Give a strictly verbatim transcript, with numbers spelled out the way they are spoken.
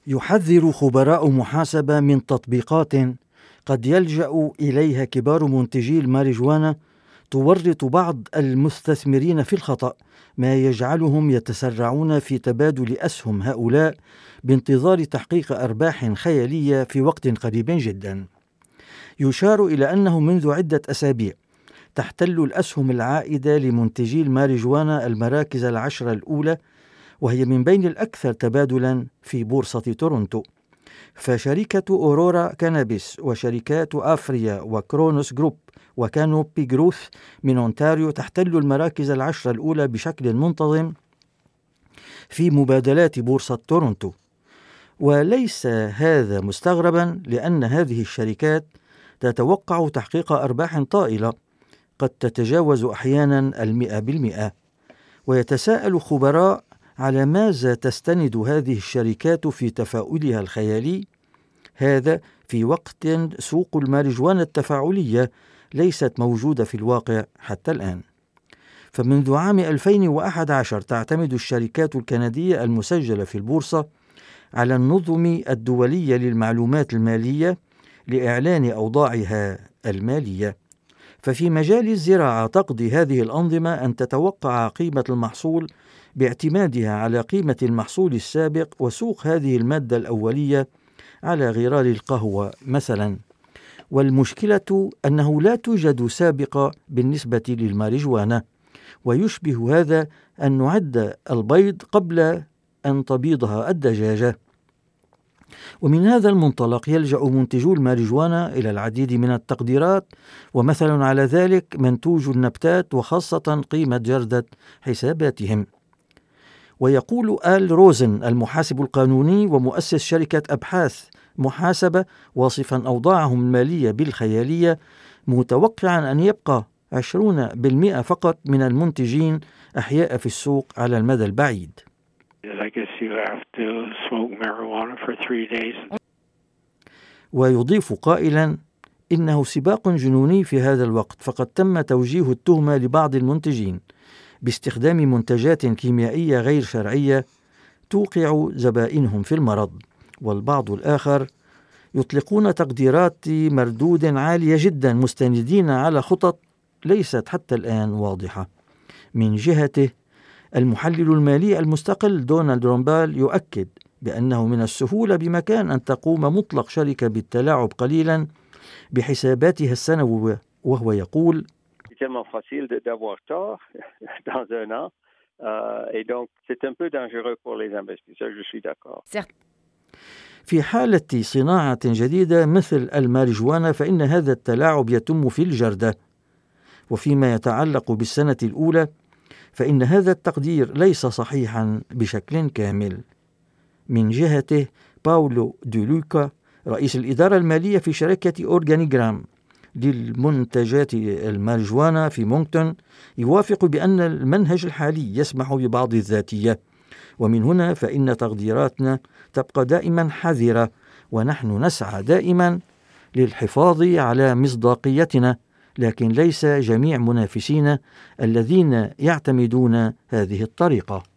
يحذر خبراء محاسبة من تطبيقات قد يلجأ إليها كبار منتجي الماريجوانا تورط بعض المستثمرين في الخطأ، ما يجعلهم يتسرعون في تبادل أسهم هؤلاء بانتظار تحقيق أرباح خيالية في وقت قريب جدا. يشار إلى أنه منذ عدة أسابيع تحتل الأسهم العائدة لمنتجي الماريجوانا المراكز العشرة الأولى، وهي من بين الأكثر تبادلا في بورصة تورونتو. فشركة أورورا كانابيس وشركات أفريا وكرونوس جروب وكانوبي جروث من أونتاريو تحتل المراكز العشرة الأولى بشكل منتظم في مبادلات بورصة تورونتو. وليس هذا مستغربا، لأن هذه الشركات تتوقع تحقيق أرباح طائلة قد تتجاوز أحيانا المئة بالمئة. ويتساءل خبراء على ماذا تستند هذه الشركات في تفاؤلها الخيالي، هذا في وقت سوق الماريجوانا التفاعلية ليست موجودة في الواقع حتى الآن. فمنذ عام ألفين وأحد عشر تعتمد الشركات الكندية المسجلة في البورصة على النظم الدولية للمعلومات المالية لإعلان أوضاعها المالية. ففي مجال الزراعة تقضي هذه الأنظمة أن تتوقع قيمة المحصول باعتمادها على قيمة المحصول السابق وسوق هذه المادة الأولية على غرار القهوة مثلا. والمشكلة أنه لا توجد سابقة بالنسبة للماريجوانا، ويشبه هذا أن نعد البيض قبل أن تبيضها الدجاجة. ومن هذا المنطلق يلجأ منتجو الماريجوانا إلى العديد من التقديرات، ومثل على ذلك منتوج النبتات وخاصة قيمة جردة حساباتهم. ويقول آل روزن المحاسب القانوني ومؤسس شركة أبحاث محاسبة واصفا أوضاعهم المالية بالخيالية، متوقعا أن يبقى عشرين بالمئة فقط من المنتجين أحياء في السوق على المدى البعيد. ويضيف قائلا إنه سباق جنوني في هذا الوقت، فقد تم توجيه التهمة لبعض المنتجين باستخدام منتجات كيميائية غير شرعية توقع زبائنهم في المرض، والبعض الآخر يطلقون تقديرات مردود عالية جدا مستندين على خطط ليست حتى الآن واضحة. من جهته المحلل المالي المستقل دونالد رومبال يؤكد بأنه من السهولة بمكان أن تقوم مطلق شركة بالتلاعب قليلا بحساباتها السنوية، وهو يقول: في حالة صناعة جديدة مثل الماريجوانا فإن هذا التلاعب يتم في الجردة. وفيما يتعلق بالسنة الأولى فإن هذا التقدير ليس صحيحا بشكل كامل. من جهته باولو دولوكا رئيس الإدارة المالية في شركة أورغانيغرام للمنتجات الماريجوانا في مونكتون يوافق بأن المنهج الحالي يسمح ببعض الذاتية، ومن هنا فإن تقديراتنا تبقى دائما حذرة، ونحن نسعى دائما للحفاظ على مصداقيتنا، لكن ليس جميع منافسينا الذين يعتمدون هذه الطريقة.